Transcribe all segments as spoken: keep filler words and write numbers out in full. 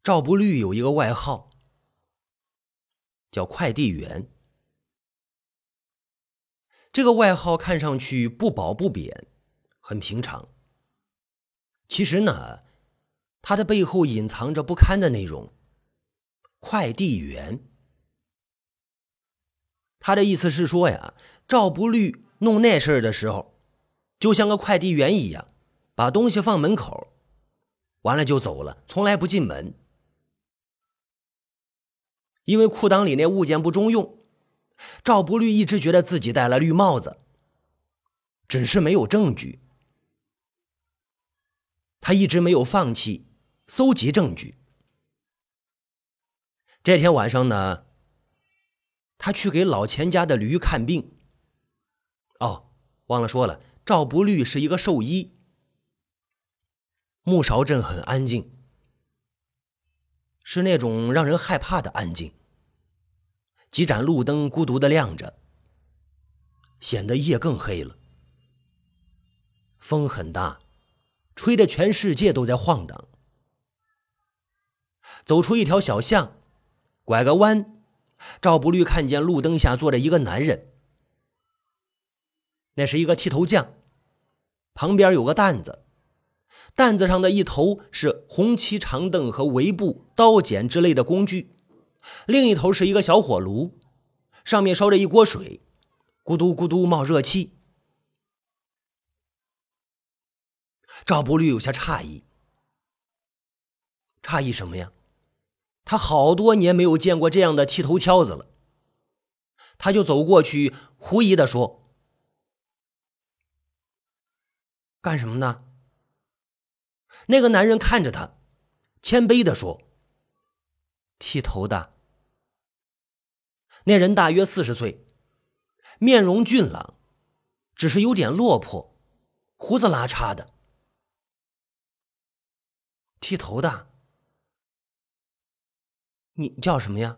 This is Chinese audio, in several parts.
赵不律有一个外号，叫快递员。这个外号看上去不褒不贬，很平常。其实呢，它的背后隐藏着不堪的内容。快递员，他的意思是说呀，赵不律弄那事儿的时候，就像个快递员一样，把东西放门口，完了就走了，从来不进门。因为裤裆里那物件不中用，赵不律一直觉得自己戴了绿帽子，只是没有证据。他一直没有放弃搜集证据。这天晚上呢，他去给老钱家的驴看病。哦，忘了说了，赵不律是一个兽医。木勺镇很安静，是那种让人害怕的安静。几盏路灯孤独地亮着，显得夜更黑了。风很大，吹得全世界都在晃荡。走出一条小巷，拐个弯，赵不律看见路灯下坐着一个男人。那是一个剃头匠，旁边有个担子，担子上的一头是红漆长凳和围布、刀剪之类的工具，另一头是一个小火炉，上面烧着一锅水，咕嘟咕嘟冒热气。赵不律有些诧异。诧异什么呀？他好多年没有见过这样的剃头挑子了。他就走过去，狐疑地说：“干什么呢？”那个男人看着他，谦卑地说：“剃头的。”那人大约四十岁，面容俊朗，只是有点落魄，胡子拉碴的。剃头的？你叫什么呀？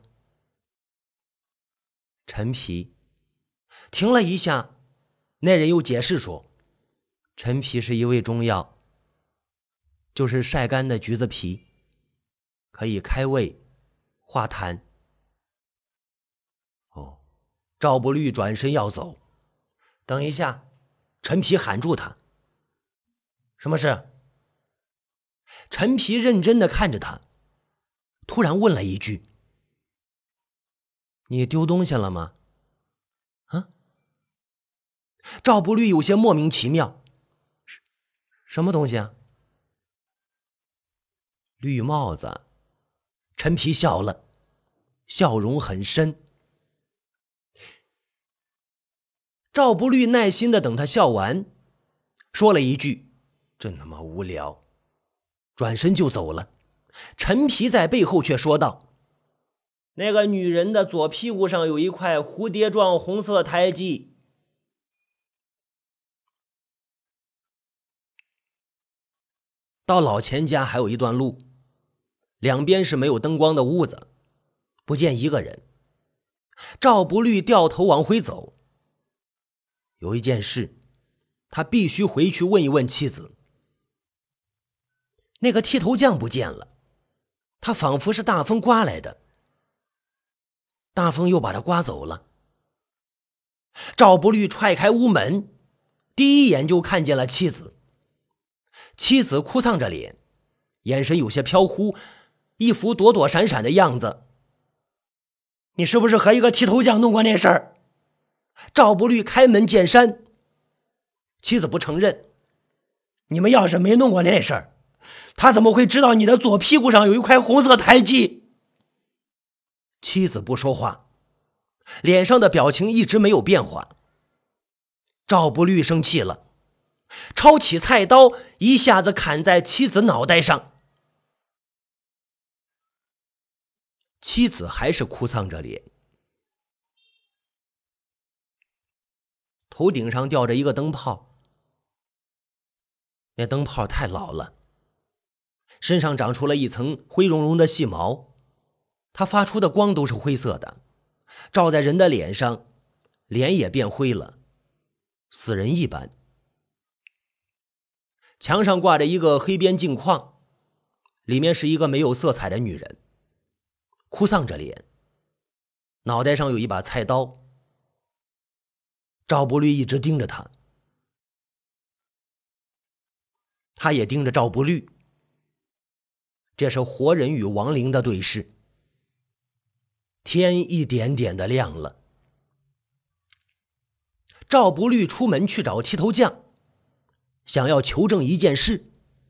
陈皮。停了一下，那人又解释说，陈皮是一味中药，就是晒干的橘子皮，可以开胃化痰。哦，赵不律转身要走。等一下，陈皮喊住他。什么事？陈皮认真地看着他，突然问了一句：“你丢东西了吗？”啊？赵不律有些莫名其妙。什么东西啊？绿帽子。陈皮笑了，笑容很深。赵不律耐心地等他笑完，说了一句：“真他妈无聊。”转身就走了。陈皮在背后却说道：“那个女人的左屁股上有一块蝴蝶状红色胎记。”到老钱家还有一段路，两边是没有灯光的屋子，不见一个人。赵不律掉头往回走。有一件事，他必须回去问一问妻子。那个剃头匠不见了，他仿佛是大风刮来的，大风又把他刮走了。赵不律踹开屋门，第一眼就看见了妻子。妻子哭丧着脸，眼神有些飘忽，一副躲躲闪闪的样子。你是不是和一个剃头匠弄过那事儿？赵不律开门见山。妻子不承认。你们要是没弄过那事儿，他怎么会知道你的左屁股上有一块红色胎记？妻子不说话，脸上的表情一直没有变化。赵不律生气了，抄起菜刀，一下子砍在妻子脑袋上。妻子还是哭丧着脸，头顶上吊着一个灯泡，那灯泡太老了，身上长出了一层灰茸茸的细毛，它发出的光都是灰色的，照在人的脸上，脸也变灰了，死人一般。墙上挂着一个黑边镜框， 里面是一个没有色彩的女人，哭丧着脸，脑袋上有一把菜刀。赵不律一直盯着她，他也盯着赵不律。这是活人与亡灵的对视。天一点点的亮了。赵不律出门去找剃头匠，想要求证一件事。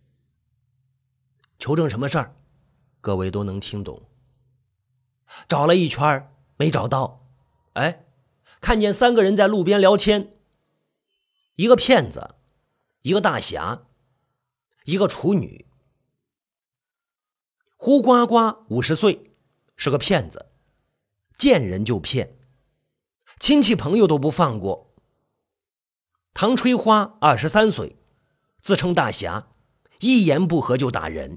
求证什么事儿？各位都能听懂。找了一圈没找到，哎，看见三个人在路边聊天，一个骗子，一个大侠，一个处女。胡呱呱五十岁，是个骗子，见人就骗，亲戚朋友都不放过。唐吹花二十三岁，自称大侠，一言不合就打人。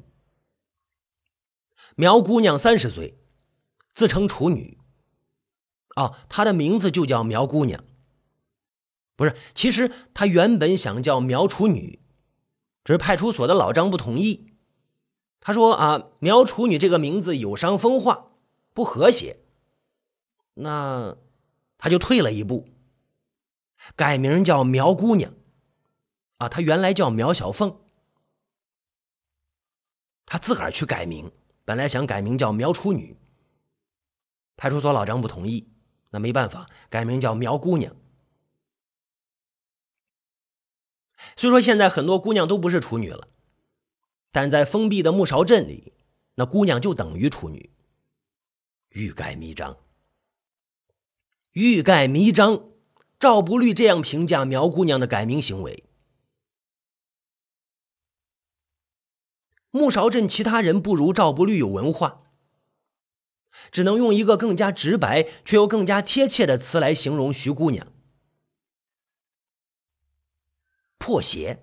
苗姑娘三十岁，自称处女。哦，她的名字就叫苗姑娘。不是，其实她原本想叫苗处女，只是派出所的老张不同意。他说啊，苗处女这个名字有伤风化，不和谐。那他就退了一步，改名叫苗姑娘。啊，她原来叫苗小凤，她自个儿去改名，本来想改名叫苗处女，派出所老张不同意，那没办法，改名叫苗姑娘。虽说现在很多姑娘都不是处女了，但在封闭的木勺镇里，那姑娘就等于处女。欲盖弥彰，欲盖弥彰，赵不律这样评价苗姑娘的改名行为。木勺镇其他人不如赵不律有文化，只能用一个更加直白却又更加贴切的词来形容徐姑娘：破鞋。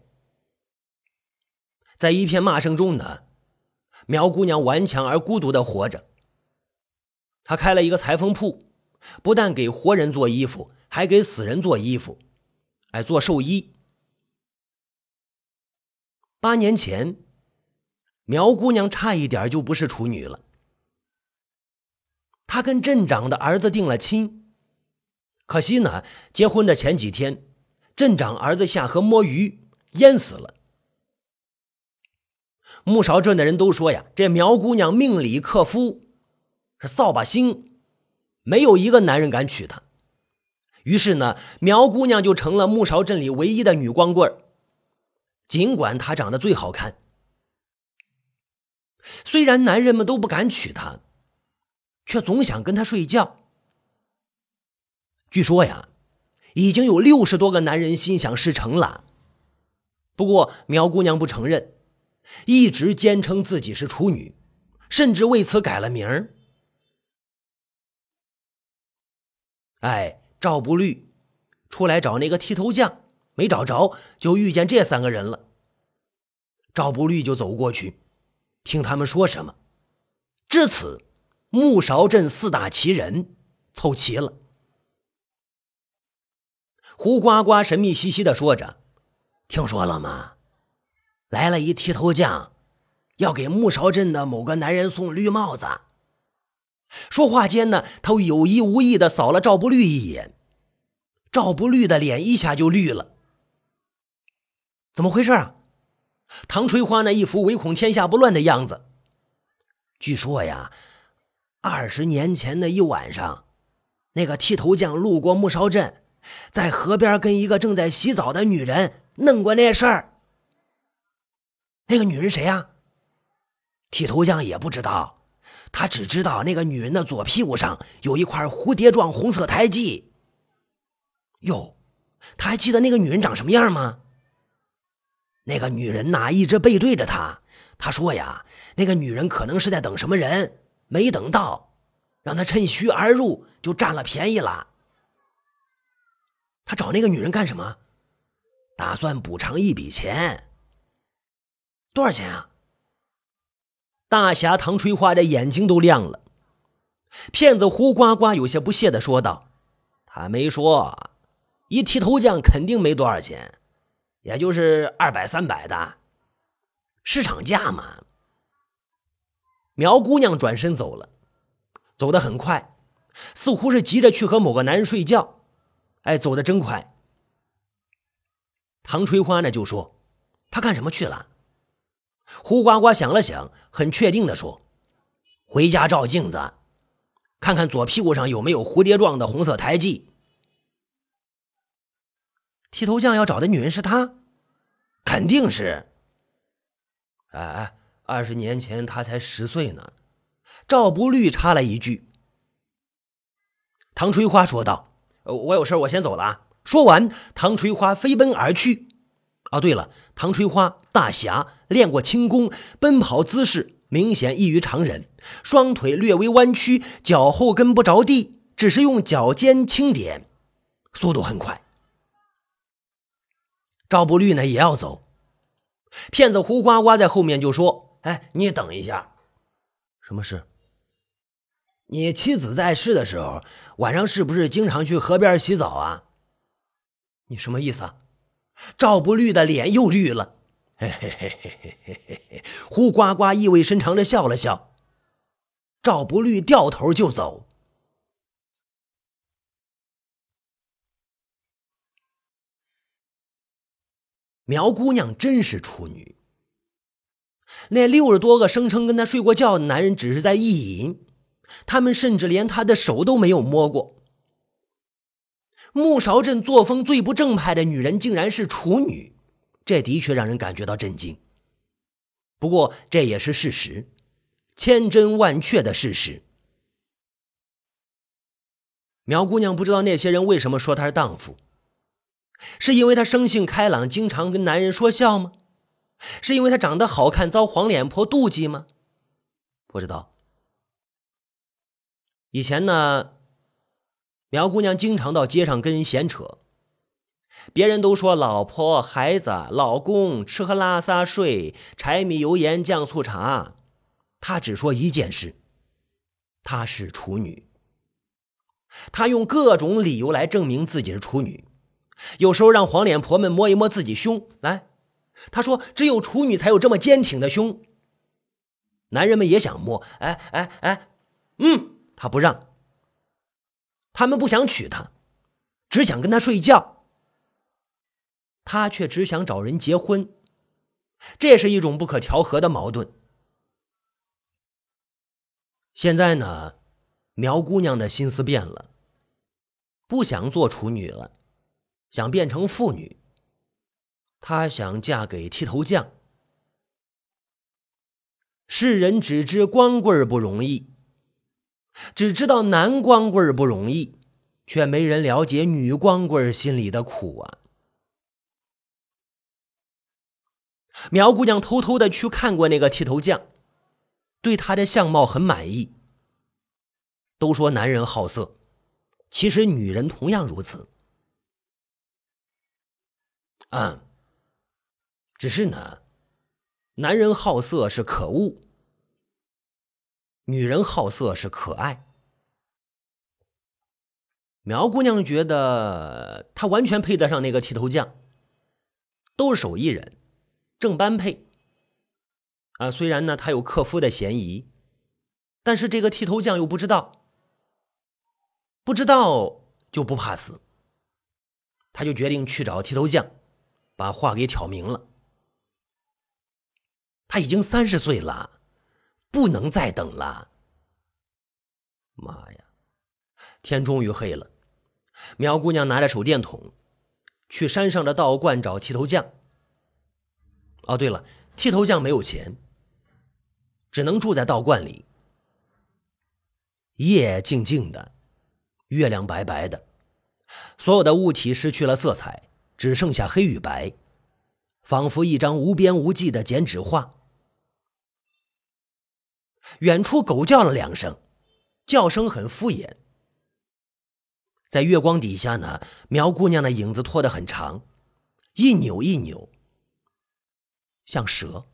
在一片骂声中呢，苗姑娘顽强而孤独地活着。她开了一个裁缝铺，不但给活人做衣服，还给死人做衣服，哎，做寿衣。八年前，苗姑娘差一点就不是处女了。她跟镇长的儿子定了亲，可惜呢，结婚的前几天，镇长儿子下河摸鱼，淹死了。木勺镇的人都说呀，这苗姑娘命里克夫，是扫把星，没有一个男人敢娶她。于是呢，苗姑娘就成了木勺镇里唯一的女光棍，尽管她长得最好看。虽然男人们都不敢娶她，却总想跟她睡觉。据说呀，已经有六十多个男人心想事成了。不过苗姑娘不承认，一直坚称自己是处女，甚至为此改了名儿。哎，赵不律出来找那个剃头匠，没找着，就遇见这三个人了。赵不律就走过去，听他们说什么。至此，木勺镇四大奇人凑齐了。胡呱呱神秘兮兮地说着：“听说了吗？来了一剃头匠，要给木勺镇的某个男人送绿帽子。”说话间呢，他有意无意地扫了赵不律一眼，赵不律的脸一下就绿了。怎么回事啊？唐垂花那一副唯恐天下不乱的样子。据说呀，二十年前的一晚上，那个剃头匠路过木勺镇，在河边跟一个正在洗澡的女人弄过那事儿。那个女人谁呀？剃头匠也不知道，他只知道那个女人的左屁股上有一块蝴蝶状红色胎记。哟，他还记得那个女人长什么样吗？那个女人呐，一直背对着他。他说呀，那个女人可能是在等什么人，没等到，让他趁虚而入，就占了便宜了。他找那个女人干什么？打算补偿一笔钱。多少钱啊？大侠唐垂花的眼睛都亮了。骗子胡呱呱有些不屑地说道：“他没说，一剃头匠肯定没多少钱，也就是二百三百的，市场价嘛。” 苗姑娘转身走了，走得很快，似乎是急着去和某个男人睡觉。哎，走得真快。唐垂花呢就说：“他干什么去了？”胡呱呱想了想，很确定地说：“回家照镜子，看看左屁股上有没有蝴蝶状的红色胎记。”剃头匠要找的女人是他？肯定是。哎哎，二十年前他才十岁呢。赵不律插了一句。唐垂花说道：“我有事我先走了啊。”说完，唐垂花飞奔而去。啊，对了，唐垂花大侠，练过轻功，奔跑姿势明显异于常人，双腿略微弯曲，脚后跟不着地，只是用脚尖轻点，速度很快。赵不律呢也要走，骗子胡呱呱在后面就说：“哎，你等一下。”“什么事？”“你妻子在世的时候，晚上是不是经常去河边洗澡啊？”“你什么意思啊？”赵不律的脸又绿了。嘿嘿嘿嘿嘿嘿嘿，胡呱呱意味深长地笑了笑。赵不律掉头就走。苗姑娘真是处女。那六十多个声称跟她睡过觉的男人只是在意淫，他们甚至连她的手都没有摸过。木勺镇作风最不正派的女人竟然是处女，这的确让人感觉到震惊。不过这也是事实，千真万确的事实。苗姑娘不知道那些人为什么说她是荡妇，是因为她生性开朗，经常跟男人说笑吗？是因为她长得好看，遭黄脸婆妒忌吗？不知道。以前呢，苗姑娘经常到街上跟人闲扯，别人都说老婆、孩子、老公、吃喝拉撒睡、柴米油盐酱醋茶，她只说一件事：她是处女。她用各种理由来证明自己是处女，有时候让黄脸婆们摸一摸自己胸，来，她说只有处女才有这么坚挺的胸。男人们也想摸，哎哎哎，嗯，她不让。他们不想娶她，只想跟她睡觉，她却只想找人结婚，这是一种不可调和的矛盾。现在呢，苗姑娘的心思变了，不想做处女了，想变成妇女。她想嫁给剃头匠。世人只知光棍不容易，只知道男光棍不容易，却没人了解女光棍心里的苦啊。苗姑娘偷偷的去看过那个剃头匠，对他的相貌很满意。都说男人好色，其实女人同样如此。嗯，只是呢，男人好色是可恶，女人好色是可爱。苗姑娘觉得她完全配得上那个剃头匠，都是手艺人，正般配啊。虽然呢，他有克夫的嫌疑，但是这个剃头匠又不知道，不知道就不怕死。他就决定去找剃头匠，把话给挑明了。他已经三十岁了，不能再等了。妈呀，天终于黑了。苗姑娘拿着手电筒去山上的道观找剃头匠。哦，对了，剃头匠没有钱，只能住在道观里。夜静静的，月亮白白的，所有的物体失去了色彩，只剩下黑与白，仿佛一张无边无际的剪纸画。远处狗叫了两声，叫声很敷衍。在月光底下呢，苗姑娘的影子拖得很长，一扭一扭，像蛇。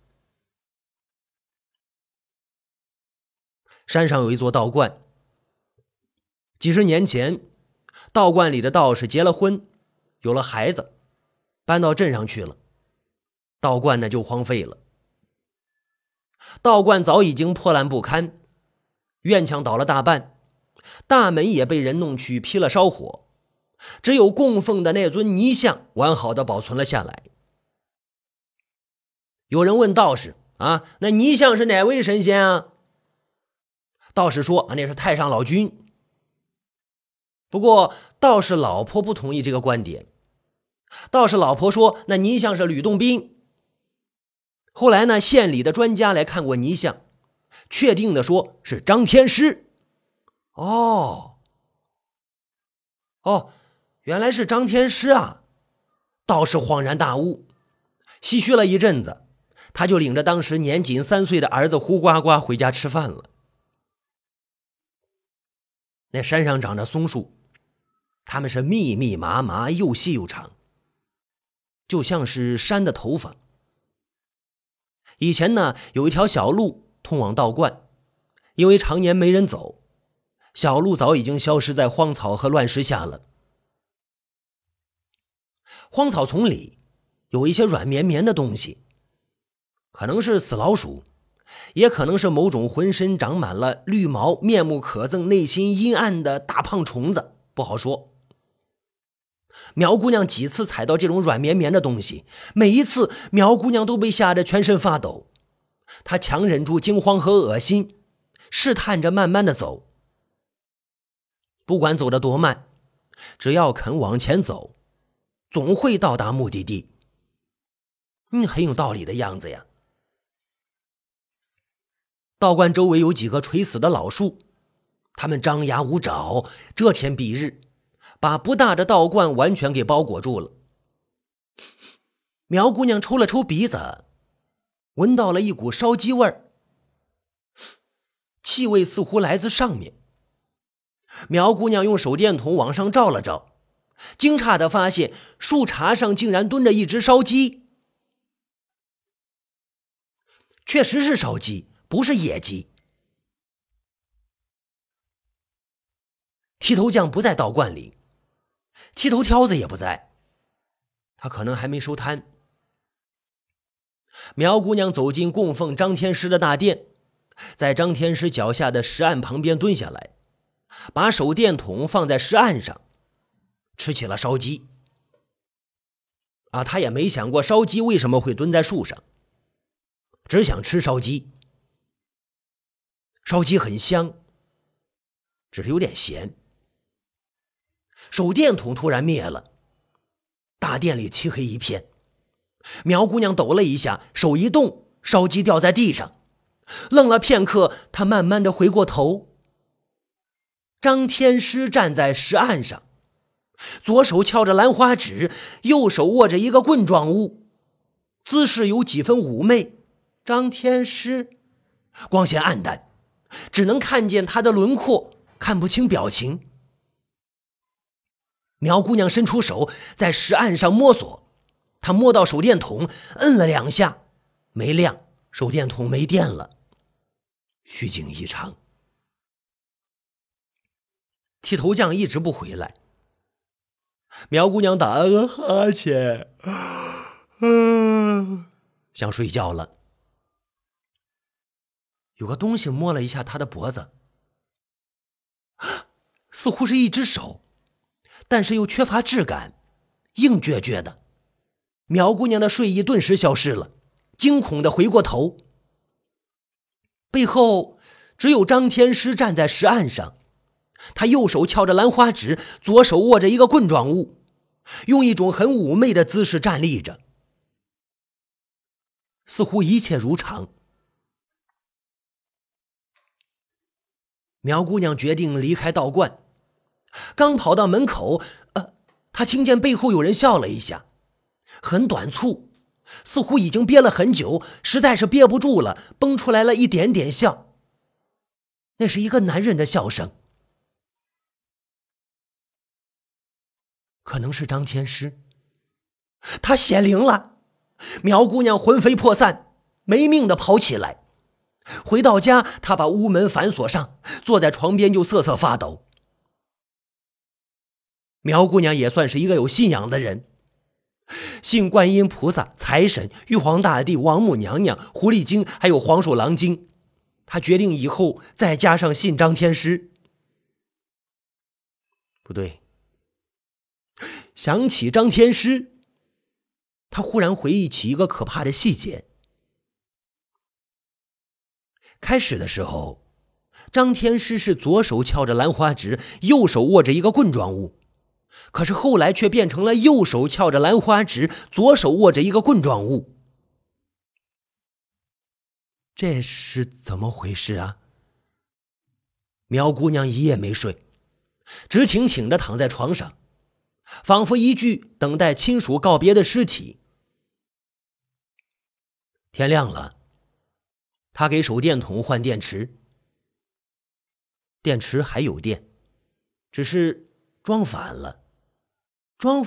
山上有一座道观，几十年前，道观里的道士结了婚，有了孩子，搬到镇上去了，道观呢就荒废了。 道观早已经破烂不堪，院墙倒了大半，大门也被人弄去劈了烧火，只有供奉的那尊泥像完好的保存了下来。有人问道士啊，那泥像是哪位神仙啊？道士说啊，那是太上老君。不过道士老婆不同意这个观点，道士老婆说那泥像是吕洞宾。后来呢，县里的专家来看过泥像，确定的说是张天师。哦哦，原来是张天师啊！道士恍然大悟，唏嘘了一阵子，他就领着当时年仅三岁的儿子胡呱呱回家吃饭了。那山上长着松树，它们是密密麻麻，又细又长，就像是山的头发。以前呢，有一条小路通往道观，因为常年没人走，小路早已经消失在荒草和乱石下了。荒草丛里有一些软绵绵的东西，可能是死老鼠，也可能是某种浑身长满了绿毛、面目可憎、内心阴暗的大胖虫子，不好说。苗姑娘几次踩到这种软绵绵的东西，每一次苗姑娘都被吓得全身发抖。她强忍住惊慌和恶心，试探着慢慢的走。不管走得多慢，只要肯往前走，总会到达目的地。嗯，很有道理的样子呀。道观周围有几棵垂死的老树，它们张牙舞爪，遮天蔽日，把不大的道观完全给包裹住了。苗姑娘抽了抽鼻子，闻到了一股烧鸡味儿，气味似乎来自上面。苗姑娘用手电筒往上照了照，惊诧地发现树杈上竟然蹲着一只烧鸡。确实是烧鸡，不是野鸡。剃头匠不在道观里，剃头挑子也不在，他可能还没收摊。苗姑娘走进供奉张天师的大殿，在张天师脚下的石案旁边蹲下来，把手电筒放在石案上，吃起了烧鸡。啊，他也没想过烧鸡为什么会蹲在树上，只想吃烧鸡。烧鸡很香，只是有点咸。手电筒突然灭了，大殿里漆黑一片。苗姑娘抖了一下，手一动，烧鸡掉在地上。愣了片刻，她慢慢的回过头。张天师站在石案上，左手敲着兰花指，右手握着一个棍状物，姿势有几分妩媚。张天师光线暗淡，只能看见他的轮廓，看不清表情。苗姑娘伸出手在石案上摸索，她摸到手电筒，摁了两下，没亮，手电筒没电了。虚惊一场。剃头匠一直不回来，苗姑娘打了个哈欠，嗯，想睡觉了。有个东西摸了一下她的脖子，似乎是一只手，但是又缺乏质感，硬撅撅的。苗姑娘的睡意顿时消失了，惊恐地回过头，背后只有张天师站在石案上，他右手敲着兰花指，左手握着一个棍状物，用一种很妩媚的姿势站立着，似乎一切如常。苗姑娘决定离开道观，刚跑到门口，呃，她听见背后有人笑了一下，很短促，似乎已经憋了很久，实在是憋不住了，蹦出来了一点点笑。那是一个男人的笑声，可能是张天师。他显灵了。苗姑娘魂飞魄散，没命地跑起来。回到家，她把屋门反锁上，坐在床边就瑟瑟发抖。苗姑娘也算是一个有信仰的人， 信观音菩萨、财神、玉皇大帝、王母娘娘、狐狸精，还有黄鼠狼精。他决定以后再加上信张天师。不对，想起张天师，他忽然回忆起一个可怕的细节。开始的时候，张天师是左手翘着兰花指，右手握着一个棍状物，可是后来却变成了右手翘着兰花指，左手握着一个棍状物。这是怎么回事啊？苗姑娘一夜没睡，直挺挺地躺在床上，仿佛一具等待亲属告别的尸体。天亮了，她给手电筒换电池，电池还有电，只是装反了，装……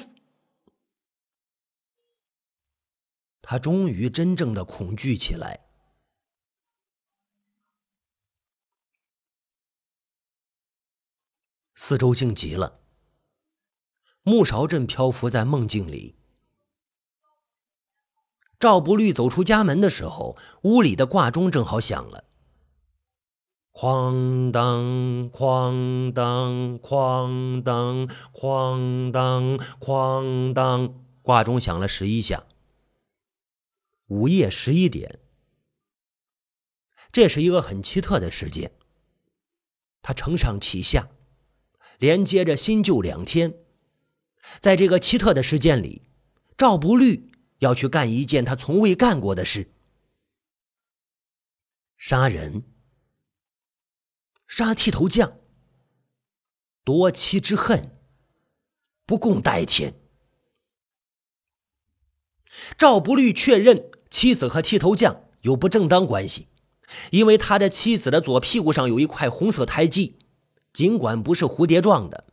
她终于真正的恐惧起来。四周静极了，木勺正漂浮在梦境里。赵不律走出家门的时候，屋里的挂钟正好响了。哐当哐当哐当哐当哐当，挂钟响了十一下。午夜十一点，这是一个很奇特的时间，它承上启下，连接着新旧两天。在这个奇特的时间里，赵不律要去干一件他从未干过的事：杀人，杀剃头匠，夺妻之恨，不共戴天。赵不律确认妻子和剃头匠有不正当关系，因为他的妻子的左屁股上有一块红色胎记，尽管不是蝴蝶状的。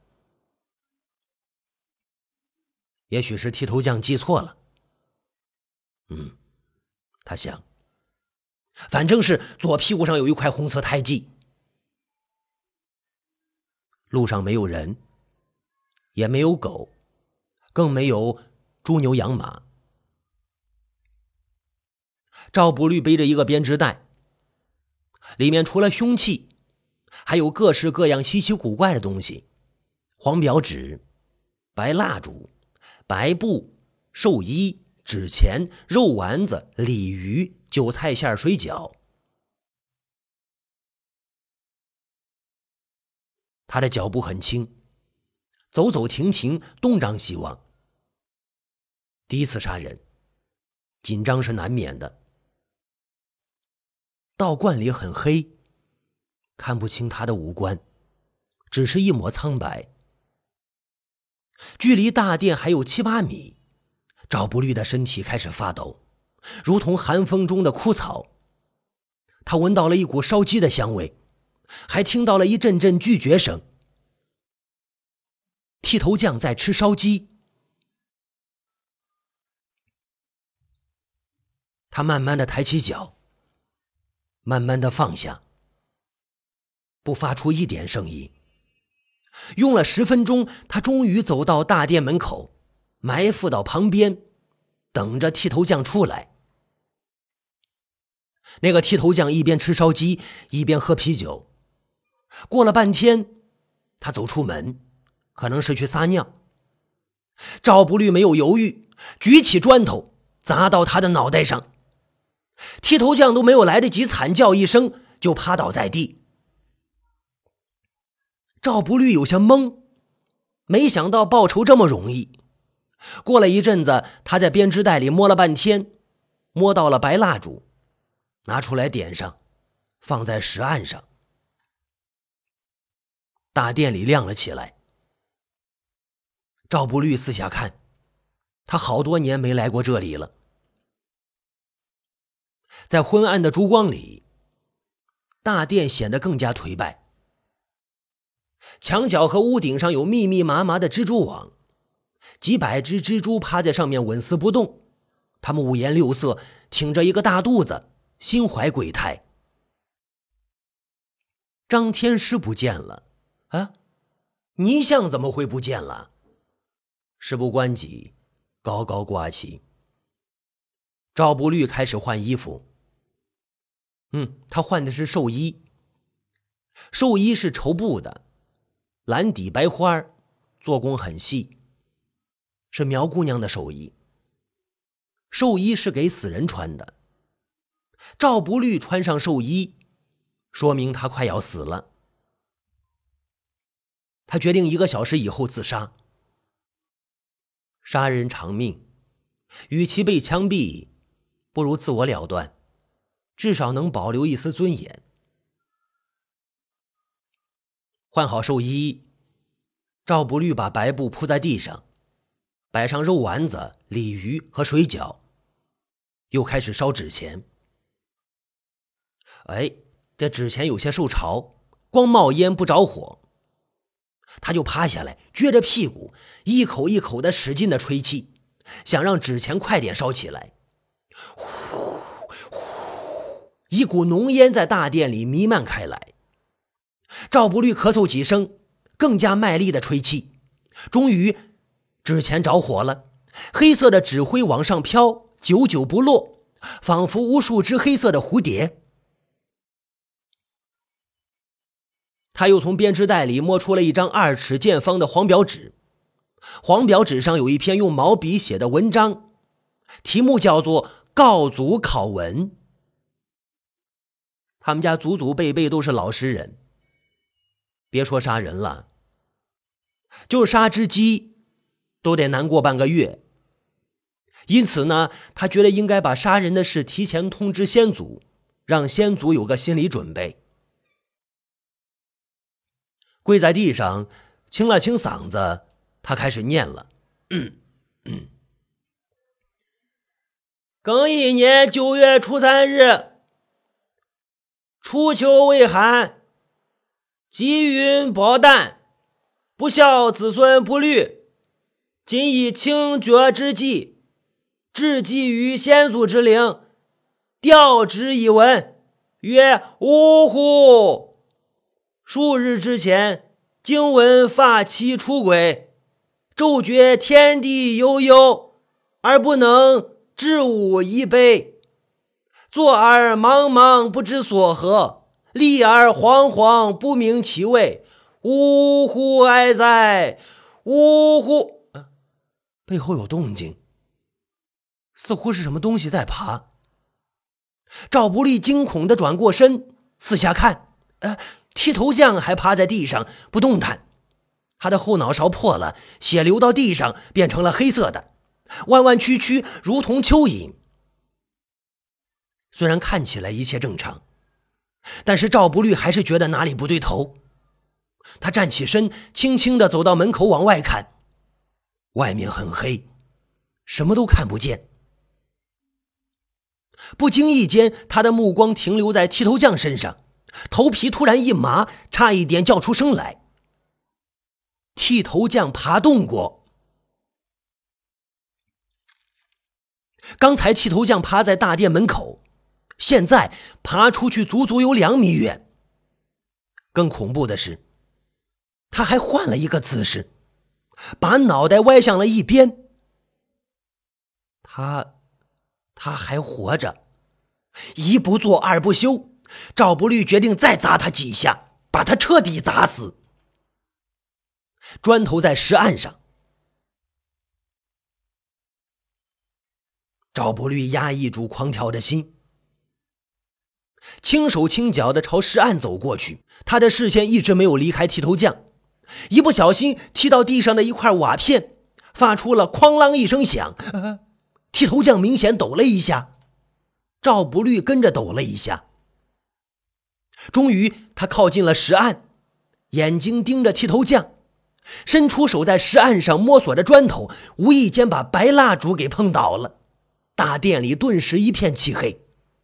也许是剃头匠记错了。嗯，他想，反正是左屁股上有一块红色胎记。路上没有人，也没有狗，更没有猪牛羊马。赵不律背着一个编织袋，里面除了凶器，还有各式各样稀奇古怪的东西：黄表纸、白蜡烛、白布、寿衣、纸钱、肉丸子、鲤鱼、韭菜馅水饺。他的脚步很轻，走走停停，东张西望。第一次杀人，紧张是难免的。道观里很黑，看不清他的五官，只是一抹苍白。距离大殿还有七八米，赵不律的身体开始发抖，如同寒风中的枯草。他闻到了一股烧鸡的香味，还听到了一阵阵拒绝声。剃头匠在吃烧鸡。他慢慢的抬起脚，慢慢的放下，不发出一点声音。用了十分钟，他终于走到大殿门口，埋伏到旁边，等着剃头匠出来。那个剃头匠一边吃烧鸡，一边喝啤酒。过了半天，他走出门，可能是去撒尿。赵不律没有犹豫，举起砖头砸到他的脑袋上。剃头匠都没有来得及惨叫一声，就趴倒在地。赵不律有些懵，没想到报仇这么容易。过了一阵子，他在编织袋里摸了半天，摸到了白蜡烛，拿出来点上，放在石案上。大殿里亮了起来。赵不律四下看，他好多年没来过这里了。在昏暗的烛光里，大殿显得更加颓败。墙角和屋顶上有密密麻麻的蜘蛛网，几百只蜘蛛趴在上面纹丝不动，它们五颜六色，挺着一个大肚子，心怀鬼胎。张天师不见了啊！泥像怎么会不见了？事不关己， 高高挂起。赵不律开始换衣服。嗯，他换的是寿衣。寿衣是绸布的，蓝底白花，做工很细，是苗姑娘的寿衣。寿衣是给死人穿的。赵不律穿上寿衣，说明他快要死了。他决定一个小时以后自杀。杀人偿命，与其被枪毙，不如自我了断，至少能保留一丝尊严。换好寿衣，赵不律把白布铺在地上，摆上肉丸子、鲤鱼和水饺，又开始烧纸钱。哎，这纸钱有些受潮，光冒烟不着火。他就趴下来，撅着屁股，一口一口的使劲的吹气，想让纸钱快点烧起来。呼呼，一股浓烟在大殿里弥漫开来。赵不律咳嗽几声，更加卖力的吹气。终于，纸钱着火了，黑色的纸灰往上飘，久久不落，仿佛无数只黑色的蝴蝶。他又从编织袋里摸出了一张二尺见方的黄表纸，黄表纸上有一篇用毛笔写的文章，题目叫做《告祖考文》。他们家祖祖辈辈都是老实人，别说杀人了，就是杀只鸡都得难过半个月。因此呢，他觉得应该把杀人的事提前通知先祖，让先祖有个心理准备。跪在地上，清了清嗓子，他开始念了。嗯嗯、庚一年九月初三日，初秋未寒，积云饱旦，不孝子孙不虑，今以清绝之计，致祭于先祖之灵，调之以文，曰呜呼。数日之前，经闻发妻出轨，骤觉天地悠悠，而不能致吾一悲。坐而茫茫不知所何，立而惶惶不明其味。呜呼哀哉！呜呼、啊！背后有动静，似乎是什么东西在爬。赵不律惊恐地转过身，四下看，呃剃头匠还趴在地上不动弹，他的后脑勺破了，血流到地上变成了黑色的，弯弯曲曲如同蚯蚓。虽然看起来一切正常，但是赵不律还是觉得哪里不对头。他站起身，轻轻地走到门口往外看，外面很黑，什么都看不见。不经意间，他的目光停留在剃头匠身上，头皮突然一麻，差一点叫出声来。剃头匠爬动过。刚才剃头匠趴在大殿门口，现在爬出去足足有两米远。更恐怖的是，他还换了一个姿势，把脑袋歪向了一边。他他还活着。一不做二不休，赵不律决定再砸他几下，把他彻底砸死。砖头在石岸上，赵不律压抑住狂跳的心，轻手轻脚地朝石岸走过去。他的视线一直没有离开剃头匠，一不小心踢到地上的一块瓦片，发出了哐啷一声响。呃、剃头匠明显抖了一下，赵不律跟着抖了一下。终于他靠近了石岸，眼睛盯着剃头匠，伸出手在石岸上摸索着砖头，无意间把白蜡烛给碰倒了。大殿里顿时一片漆黑，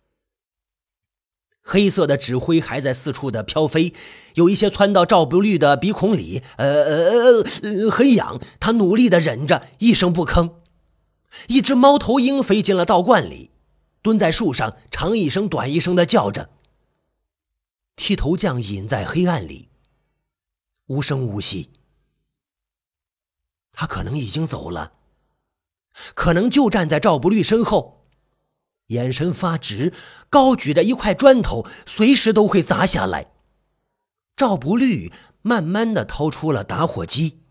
黑色的纸灰还在四处的飘飞，有一些窜到赵不律的鼻孔里，呃呃呃，很痒，他努力的忍着，一声不吭。一只猫头鹰飞进了道观里，蹲在树上，长一声短一声的叫着。剃头匠隐在黑暗里，无声无息。他可能已经走了， 可能就站在赵不律身后，眼神发直，高举着一块砖头，随时都会砸下来。赵不律慢慢地掏出了打火机，